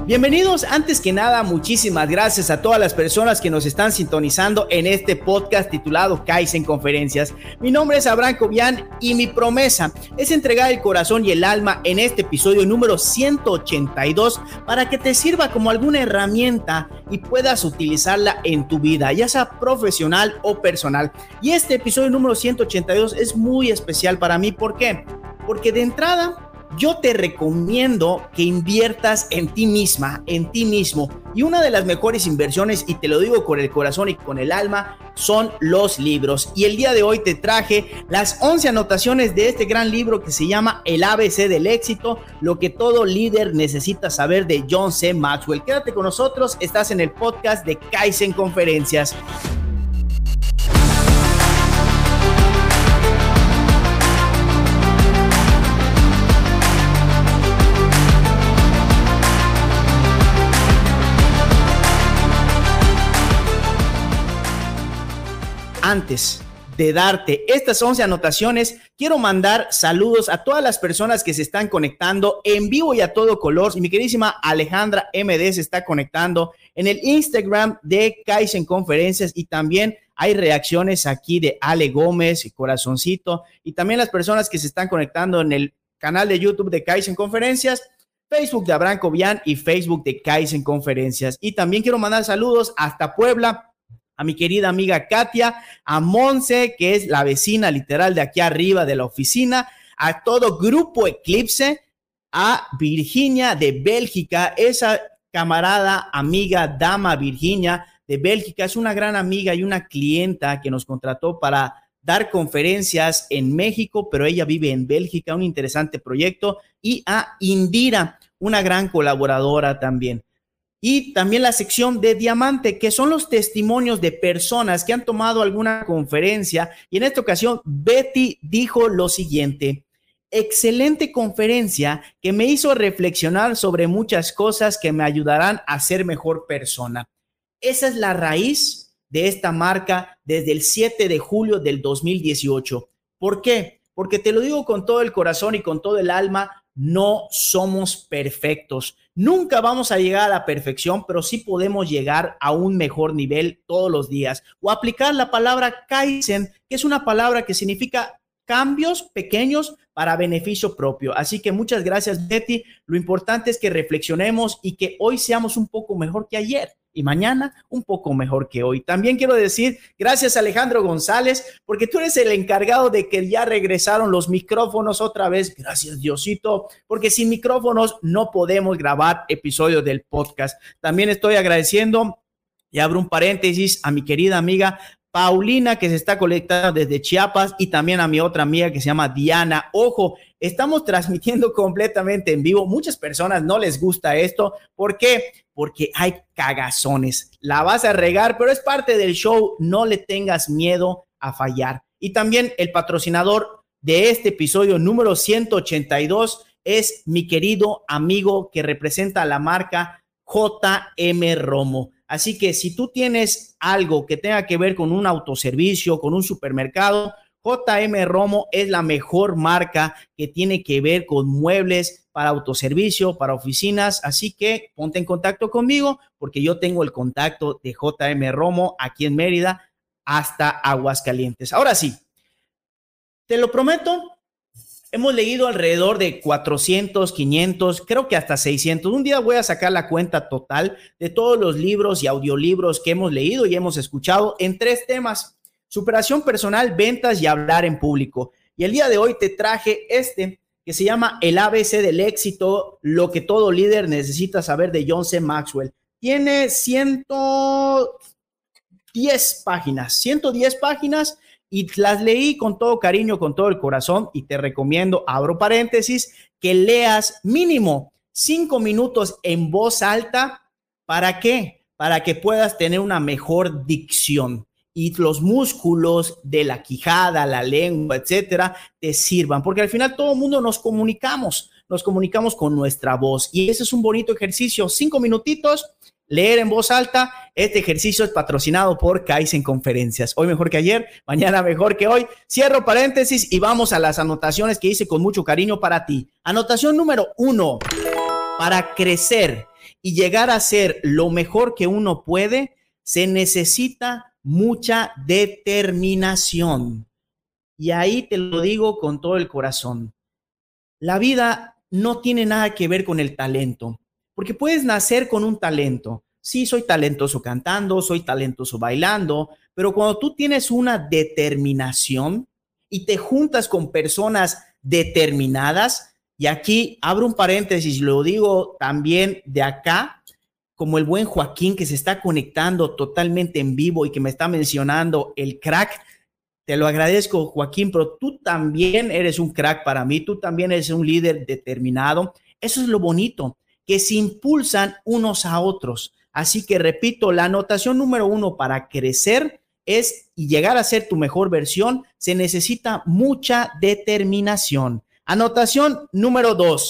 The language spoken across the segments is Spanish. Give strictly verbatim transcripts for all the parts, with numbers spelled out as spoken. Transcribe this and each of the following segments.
Bienvenidos, antes que nada, muchísimas gracias a todas las personas que nos están sintonizando en este podcast titulado Kaizen Conferencias. Mi nombre es Abraham Cobian y mi promesa es entregar el corazón y el alma en este episodio número ciento ochenta y dos para que te sirva como alguna herramienta y puedas utilizarla en tu vida, ya sea profesional o personal. Y este episodio número ciento ochenta y dos es muy especial para mí. ¿Por qué? Porque de entrada yo te recomiendo que inviertas en ti misma, en ti mismo. Y una de las mejores inversiones, y te lo digo con el corazón y con el alma, son los libros. Y el día de hoy te traje las once anotaciones de este gran libro que se llama El A B C del éxito, lo que todo líder necesita saber, de John C. Maxwell. Quédate con nosotros, estás en el podcast de Kaizen Conferencias. Antes de darte estas once anotaciones, quiero mandar saludos a todas las personas que se están conectando en vivo y a todo color. Y mi queridísima Alejandra M D se está conectando en el Instagram de Kaizen Conferencias, y también hay reacciones aquí de Ale Gómez y Corazoncito, y también las personas que se están conectando en el canal de YouTube de Kaizen Conferencias, Facebook de Abraham Cobian y Facebook de Kaizen Conferencias. Y también quiero mandar saludos hasta Puebla a mi querida amiga Katia, a Monse, que es la vecina literal de aquí arriba de la oficina, a todo Grupo Eclipse, a Virginia de Bélgica, esa camarada, amiga, dama Virginia de Bélgica, es una gran amiga y una clienta que nos contrató para dar conferencias en México, pero ella vive en Bélgica, un interesante proyecto. Y a Indira, una gran colaboradora también. Y también la sección de Diamante, que son los testimonios de personas que han tomado alguna conferencia. Y en esta ocasión, Betty dijo lo siguiente: excelente conferencia que me hizo reflexionar sobre muchas cosas que me ayudarán a ser mejor persona. Esa es la raíz de esta marca desde el siete de julio del dos mil dieciocho. ¿Por qué? Porque te lo digo con todo el corazón y con todo el alma. No somos perfectos. Nunca vamos a llegar a la perfección, pero sí podemos llegar a un mejor nivel todos los días. O aplicar la palabra Kaizen, que es una palabra que significa cambios pequeños para beneficio propio. Así que muchas gracias, Betty. Lo importante es que reflexionemos y que hoy seamos un poco mejor que ayer y mañana un poco mejor que hoy. También quiero decir gracias a Alejandro González, porque tú eres el encargado de que ya regresaron los micrófonos otra vez. Gracias, Diosito, porque sin micrófonos no podemos grabar episodios del podcast. También estoy agradeciendo, y abro un paréntesis, a mi querida amiga Paulina, que se está conectando desde Chiapas, y también a mi otra amiga que se llama Diana. Ojo, estamos transmitiendo completamente en vivo. Muchas personas no les gusta esto. ¿Por qué? Porque hay cagazones. La vas a regar, pero es parte del show. No le tengas miedo a fallar. Y también el patrocinador de este episodio número ciento ochenta y dos es mi querido amigo que representa la marca J M Romo. Así que si tú tienes algo que tenga que ver con un autoservicio, con un supermercado, J M Romo es la mejor marca que tiene que ver con muebles para autoservicio, para oficinas. Así que ponte en contacto conmigo, porque yo tengo el contacto de J M Romo aquí en Mérida hasta Aguascalientes. Ahora sí, te lo prometo. Hemos leído alrededor de cuatrocientos, quinientos, creo que hasta seiscientos. Un día voy a sacar la cuenta total de todos los libros y audiolibros que hemos leído y hemos escuchado en tres temas: superación personal, ventas y hablar en público. Y el día de hoy te traje este que se llama El A B C del éxito, lo que todo líder necesita saber, de John C. Maxwell. Tiene ciento diez páginas, ciento diez páginas. Y las leí con todo cariño, con todo el corazón, y te recomiendo, abro paréntesis, que leas mínimo cinco minutos en voz alta. ¿Para qué? Para que puedas tener una mejor dicción y los músculos de la quijada, la lengua, etcétera, te sirvan. Porque al final todo el mundo nos comunicamos, nos comunicamos con nuestra voz. Y ese es un bonito ejercicio, cinco minutitos. Leer en voz alta. Este ejercicio es patrocinado por Kaizen Conferencias. Hoy mejor que ayer, mañana mejor que hoy. Cierro paréntesis y vamos a las anotaciones que hice con mucho cariño para ti. Anotación número uno: para crecer y llegar a ser lo mejor que uno puede, se necesita mucha determinación. Y ahí te lo digo con todo el corazón. La vida no tiene nada que ver con el talento, porque puedes nacer con un talento. Sí, soy talentoso cantando, soy talentoso bailando, pero cuando tú tienes una determinación y te juntas con personas determinadas, y aquí abro un paréntesis, lo digo también de acá, como el buen Joaquín que se está conectando totalmente en vivo y que me está mencionando el crack. Te lo agradezco, Joaquín, pero tú también eres un crack para mí, tú también eres un líder determinado. Eso es lo bonito, que se impulsan unos a otros. Así que repito, la anotación número uno para crecer es y llegar a ser tu mejor versión, se necesita mucha determinación. Anotación número dos,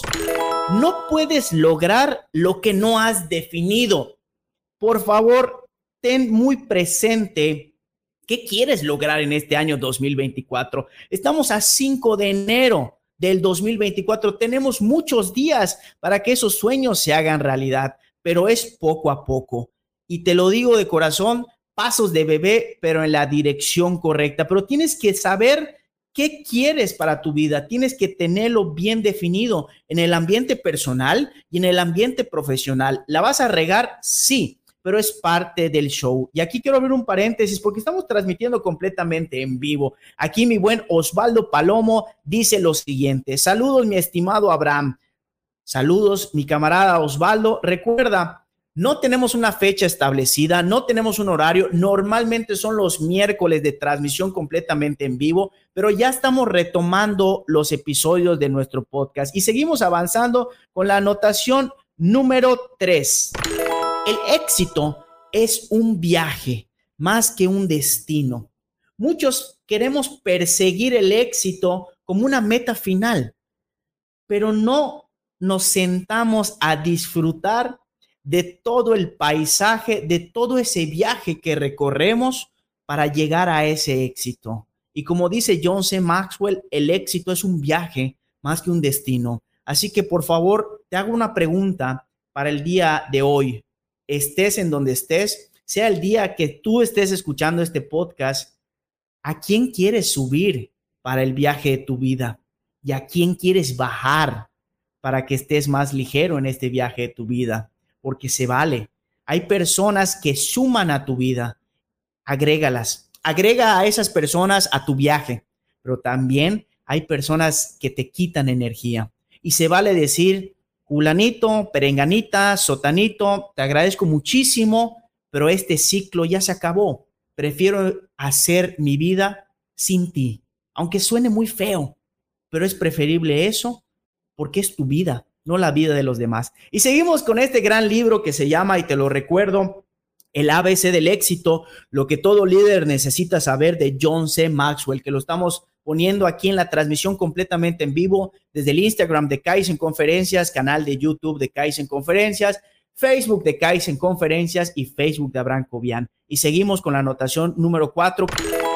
no puedes lograr lo que no has definido. Por favor, ten muy presente ¿qué quieres lograr en este año dos mil veinticuatro? Estamos a cinco de enero del dos mil veinticuatro. Tenemos muchos días para que esos sueños se hagan realidad, pero es poco a poco. Y te lo digo de corazón, pasos de bebé, pero en la dirección correcta. Pero tienes que saber qué quieres para tu vida. Tienes que tenerlo bien definido en el ambiente personal y en el ambiente profesional. ¿La vas a regar? Sí, pero es parte del show. Y aquí quiero abrir un paréntesis porque estamos transmitiendo completamente en vivo. Aquí mi buen Osvaldo Palomo dice lo siguiente: saludos, mi estimado Abraham. Saludos, mi camarada Osvaldo. Recuerda, no tenemos una fecha establecida, no tenemos un horario. Normalmente son los miércoles de transmisión completamente en vivo, pero ya estamos retomando los episodios de nuestro podcast y seguimos avanzando con la anotación número tres. El éxito es un viaje más que un destino. Muchos queremos perseguir el éxito como una meta final, pero no nos sentamos a disfrutar de todo el paisaje, de todo ese viaje que recorremos para llegar a ese éxito. Y como dice John C. Maxwell, el éxito es un viaje más que un destino. Así que por favor, te hago una pregunta para el día de hoy. Estés en donde estés, sea el día que tú estés escuchando este podcast, ¿a quién quieres subir para el viaje de tu vida? ¿Y a quién quieres bajar para que estés más ligero en este viaje de tu vida? Porque se vale. Hay personas que suman a tu vida. Agrégalas. Agrega a esas personas a tu viaje. Pero también hay personas que te quitan energía. Y se vale decir: Julanito, perenganita, sotanito, te agradezco muchísimo, pero este ciclo ya se acabó. Prefiero hacer mi vida sin ti, aunque suene muy feo, pero es preferible eso porque es tu vida, no la vida de los demás. Y seguimos con este gran libro que se llama, y te lo recuerdo, El A B C del éxito, lo que todo líder necesita saber, de John C. Maxwell, que lo estamos poniendo aquí en la transmisión completamente en vivo desde el Instagram de Kaizen Conferencias, canal de YouTube de Kaizen Conferencias, Facebook de Kaizen Conferencias y Facebook de Abraham Cobian. Y seguimos con la anotación número cuatro,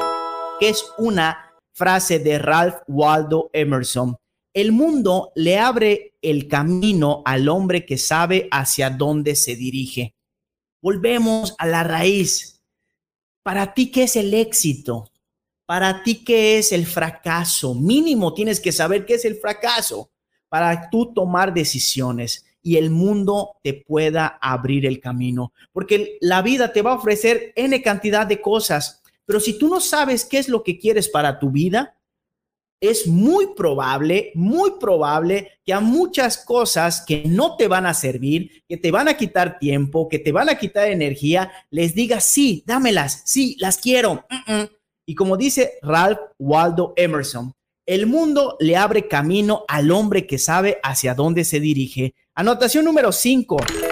que es una frase de Ralph Waldo Emerson. El mundo le abre el camino al hombre que sabe hacia dónde se dirige. Volvemos a la raíz. Para ti, ¿qué es el éxito? Para ti, ¿qué es el fracaso? Mínimo tienes que saber qué es el fracaso para tú tomar decisiones y el mundo te pueda abrir el camino. Porque la vida te va a ofrecer N cantidad de cosas, pero si tú no sabes qué es lo que quieres para tu vida, es muy probable, muy probable que a muchas cosas que no te van a servir, que te van a quitar tiempo, que te van a quitar energía, les digas: sí, dámelas, sí, las quiero. Uh-uh. Y como dice Ralph Waldo Emerson, el mundo le abre camino al hombre que sabe hacia dónde se dirige. Anotación número cinco.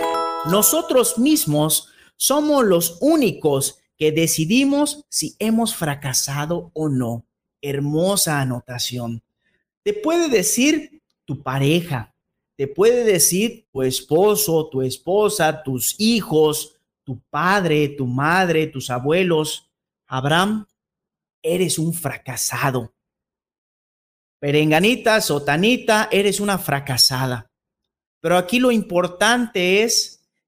Nosotros mismos somos los únicos que decidimos si hemos fracasado o no. Hermosa anotación. Te puede decir tu pareja, te puede decir tu esposo, tu esposa, tus hijos, tu padre, tu madre, tus abuelos: Abraham, eres un fracasado. Perenganita, sotanita, eres una fracasada. Pero aquí lo importante es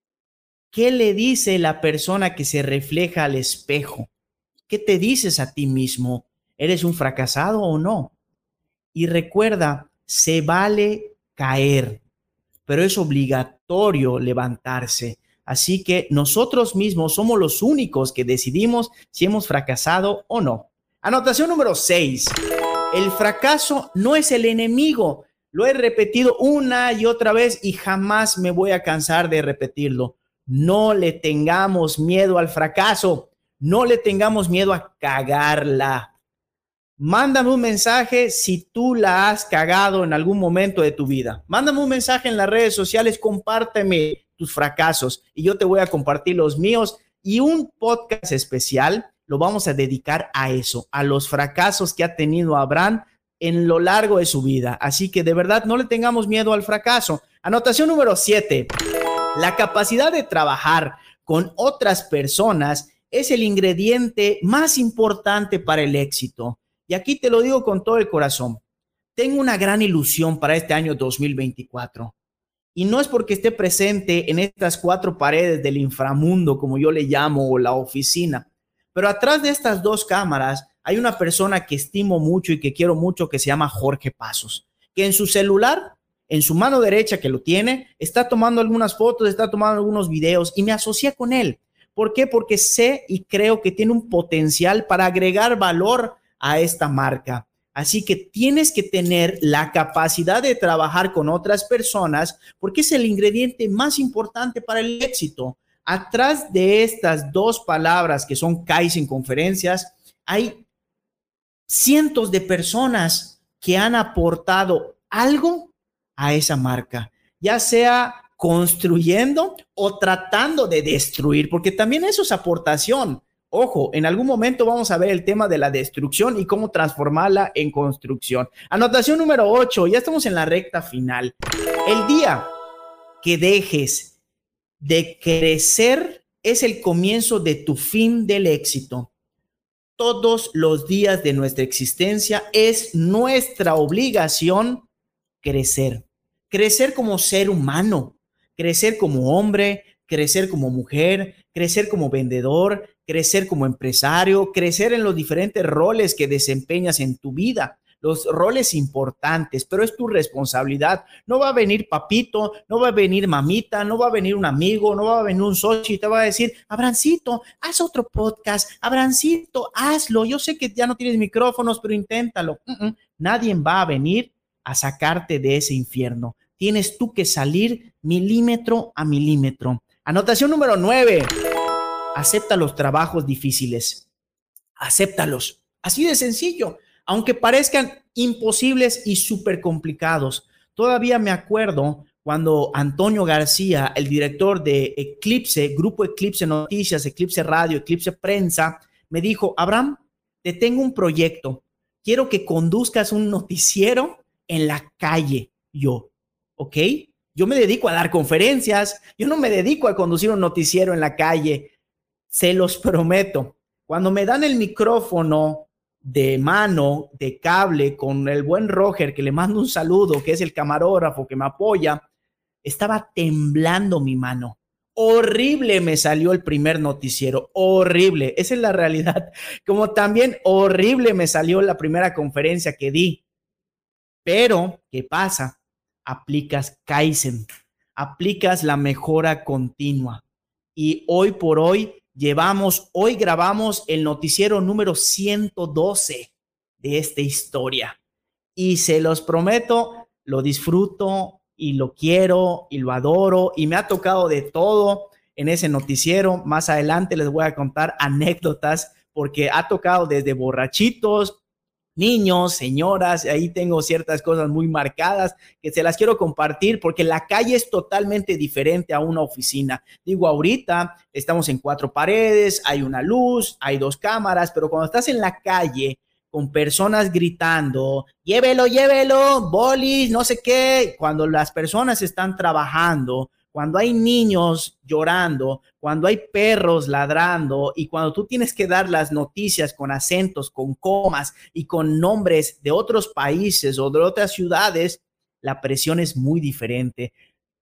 ¿Qué le dice la persona que se refleja al espejo? ¿Qué te dices a ti mismo? ¿Eres un fracasado o no? Y recuerda, se vale caer, pero es obligatorio levantarse. Así que nosotros mismos somos los únicos que decidimos si hemos fracasado o no. Anotación número seis. El fracaso no es el enemigo. Lo he repetido una y otra vez y jamás me voy a cansar de repetirlo. No le tengamos miedo al fracaso. No le tengamos miedo a cagarla. Mándame un mensaje si tú la has cagado en algún momento de tu vida. Mándame un mensaje en las redes sociales, compárteme tus fracasos y yo te voy a compartir los míos, y un podcast especial lo vamos a dedicar a eso, a los fracasos que ha tenido Abraham en lo largo de su vida. Así que de verdad no le tengamos miedo al fracaso. Anotación número siete. La capacidad de trabajar con otras personas es el ingrediente más importante para el éxito. Y aquí te lo digo con todo el corazón. Tengo una gran ilusión para este año dos mil veinticuatro. Y no es porque esté presente en estas cuatro paredes del inframundo, como yo le llamo, o la oficina. Pero atrás de estas dos cámaras hay una persona que estimo mucho y que quiero mucho, que se llama Jorge Pasos, que en su celular, en su mano derecha que lo tiene, está tomando algunas fotos, está tomando algunos videos, y me asocié con él. ¿Por qué? Porque sé y creo que tiene un potencial para agregar valor a esta marca. Así que tienes que tener la capacidad de trabajar con otras personas, porque es el ingrediente más importante para el éxito. Atrás de estas dos palabras que son Kaizen Conferencias, hay cientos de personas que han aportado algo a esa marca, ya sea construyendo o tratando de destruir, porque también eso es aportación. Ojo, en algún momento vamos a ver el tema de la destrucción y cómo transformarla en construcción. Anotación número ocho, ya estamos en la recta final. El día que dejes de crecer es el comienzo de tu fin del éxito. Todos los días de nuestra existencia es nuestra obligación crecer. Crecer como ser humano, crecer como hombre, crecer como mujer, crecer como vendedor, crecer como empresario, crecer en los diferentes roles que desempeñas en tu vida, los roles importantes, pero es tu responsabilidad. No va a venir papito, no va a venir mamita, no va a venir un amigo, no va a venir un socio y te va a decir, Abrancito, haz otro podcast, Abrancito, hazlo. Yo sé que ya no tienes micrófonos, pero inténtalo. Uh-uh. Nadie va a venir a sacarte de ese infierno. Tienes tú que salir milímetro a milímetro. Anotación número nueve. Acepta los trabajos difíciles. Acéptalos. Así de sencillo. Aunque parezcan imposibles y súper complicados. Todavía me acuerdo cuando Antonio García, el director de Eclipse, Grupo Eclipse Noticias, Eclipse Radio, Eclipse Prensa, me dijo, Abraham, te tengo un proyecto. Quiero que conduzcas un noticiero en la calle. Yo, ¿ok? Yo me dedico a dar conferencias. Yo no me dedico a conducir un noticiero en la calle. Se los prometo. Cuando me dan el micrófono de mano, de cable, con el buen Roger, que le mando un saludo, que es el camarógrafo que me apoya, estaba temblando mi mano. Horrible me salió el primer noticiero, horrible. Esa es la realidad. Como también horrible me salió la primera conferencia que di. Pero, ¿qué pasa? Aplicas Kaizen, aplicas la mejora continua. Y hoy por hoy llevamos, hoy grabamos el noticiero número ciento doce de esta historia. Y se los prometo, lo disfruto y lo quiero y lo adoro. Y me ha tocado de todo en ese noticiero. Más adelante les voy a contar anécdotas porque ha tocado desde borrachitos, niños, señoras, ahí tengo ciertas cosas muy marcadas que se las quiero compartir porque la calle es totalmente diferente a una oficina. Digo, ahorita estamos en cuatro paredes, hay una luz, hay dos cámaras, pero cuando estás en la calle con personas gritando, llévelo, llévelo, bolis, no sé qué, cuando las personas están trabajando, cuando hay niños llorando, cuando hay perros ladrando y cuando tú tienes que dar las noticias con acentos, con comas y con nombres de otros países o de otras ciudades, la presión es muy diferente.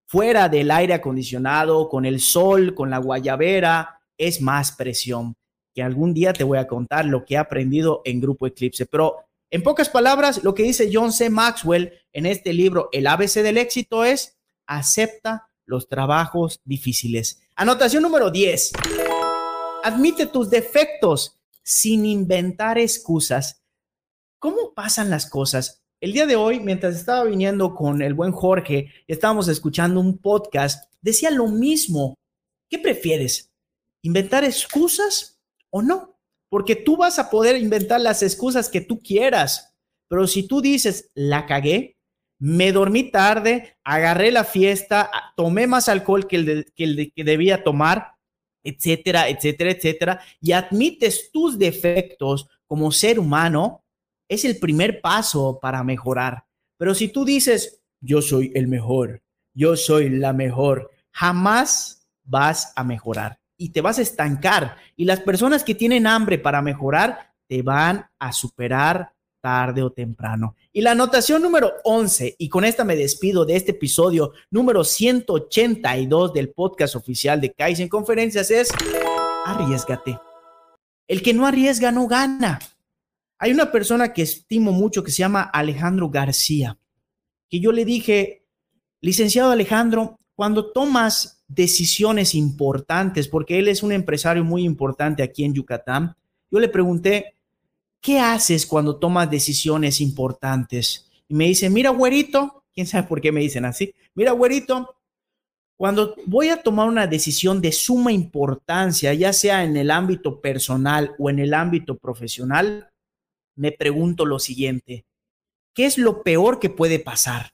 fuera del aire acondicionado, con el sol, con la guayabera, es más presión. Que algún día te voy a contar lo que he aprendido en Grupo Eclipse. Pero en pocas palabras, lo que dice John C. Maxwell en este libro, El A B C del éxito, es acepta los trabajos difíciles. Anotación número diez. Admite tus defectos sin inventar excusas. ¿Cómo pasan las cosas? El día de hoy, mientras estaba viniendo con el buen Jorge, estábamos escuchando un podcast, decía lo mismo. ¿Qué prefieres? ¿Inventar excusas o no? Porque tú vas a poder inventar las excusas que tú quieras, pero si tú dices, la cagué, me dormí tarde, agarré la fiesta, tomé más alcohol que el, de, que, el de, que debía tomar, etcétera, etcétera, etcétera, y admites tus defectos como ser humano, es el primer paso para mejorar. Pero si tú dices, yo soy el mejor, yo soy la mejor, jamás vas a mejorar y te vas a estancar. Y las personas que tienen hambre para mejorar te van a superar tarde o temprano. Y la anotación número once, y con esta me despido de este episodio número ciento ochenta y dos del podcast oficial de Kaizen Conferencias, es arriésgate. El que no arriesga no gana. Hay una persona que estimo mucho que se llama Alejandro García, que yo le dije, licenciado Alejandro, cuando tomas decisiones importantes, porque él es un empresario muy importante aquí en Yucatán, yo le pregunté, ¿qué haces cuando tomas decisiones importantes? Y me dice, mira, güerito, quién sabe por qué me dicen así, mira, güerito, cuando voy a tomar una decisión de suma importancia, ya sea en el ámbito personal o en el ámbito profesional, me pregunto lo siguiente, ¿qué es lo peor que puede pasar?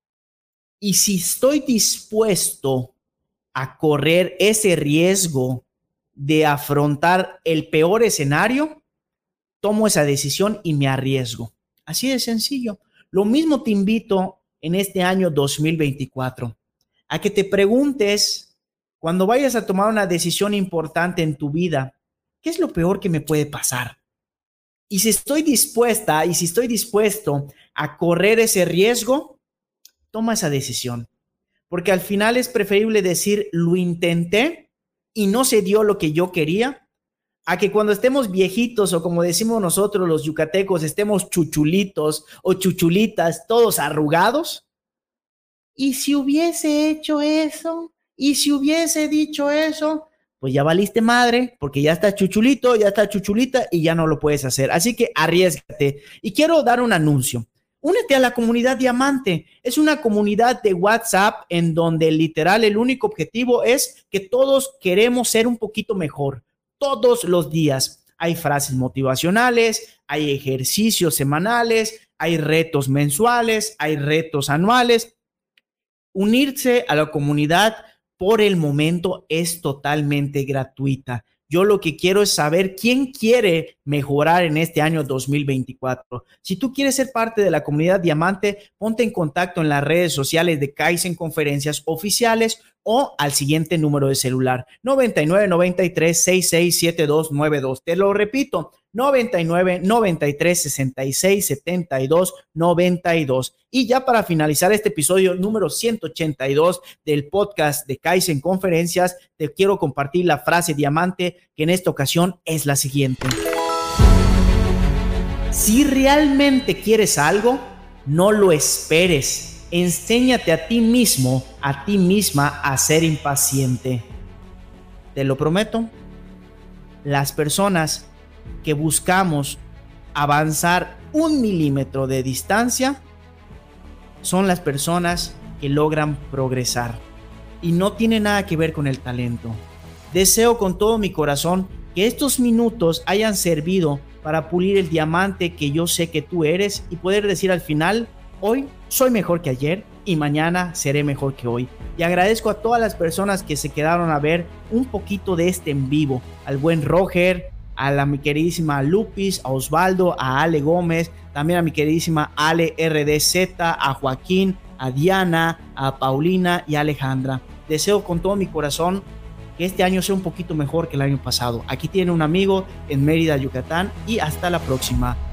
Y si estoy dispuesto a correr ese riesgo de afrontar el peor escenario, tomo esa decisión y me arriesgo. Así de sencillo. Lo mismo te invito en este año dos mil veinticuatro a que te preguntes cuando vayas a tomar una decisión importante en tu vida, ¿qué es lo peor que me puede pasar? Y si estoy dispuesta y si estoy dispuesto a correr ese riesgo, toma esa decisión. Porque al final es preferible decir, lo intenté y no se dio lo que yo quería, a que cuando estemos viejitos o como decimos nosotros los yucatecos, estemos chuchulitos o chuchulitas, todos arrugados. ¿Y si hubiese hecho eso? ¿Y si hubiese dicho eso? Pues ya valiste madre, porque ya está chuchulito, ya está chuchulita y ya no lo puedes hacer. Así que arriésgate. Y quiero dar un anuncio. Únete a la comunidad Diamante. Es una comunidad de WhatsApp en donde literal el único objetivo es que todos queremos ser un poquito mejor. Todos los días hay frases motivacionales, hay ejercicios semanales, hay retos mensuales, hay retos anuales. Unirse a la comunidad por el momento es totalmente gratuita. Yo lo que quiero es saber quién quiere mejorar en este año dos mil veinticuatro. Si tú quieres ser parte de la comunidad Diamante, ponte en contacto en las redes sociales de Kaizen Conferencias Oficiales o al siguiente número de celular, noventa y nueve, noventa y tres, sesenta y seis, setenta y dos, noventa y dos. Te lo repito, noventa y nueve, noventa y tres, sesenta y seis, setenta y dos, noventa y dos. Y ya para finalizar este episodio número ciento ochenta y dos del podcast de Kaizen Conferencias, te quiero compartir la frase diamante, que en esta ocasión es la siguiente. Si realmente quieres algo, no lo esperes. Enséñate a ti mismo, a ti misma a ser impaciente. Te lo prometo. Las personas que buscamos avanzar un milímetro de distancia son las personas que logran progresar y no tiene nada que ver con el talento. Deseo con todo mi corazón que estos minutos hayan servido para pulir el diamante que yo sé que tú eres y poder decir al final, hoy soy mejor que ayer y mañana seré mejor que hoy. Y agradezco a todas las personas que se quedaron a ver un poquito de este en vivo, al buen Roger, a la mi queridísima Lupis, a Osvaldo, a Ale Gómez, también a mi queridísima Ale R D Z, a Joaquín, a Diana, a Paulina y a Alejandra. Deseo con todo mi corazón que este año sea un poquito mejor que el año pasado. Aquí tiene un amigo en Mérida, Yucatán, y hasta la próxima.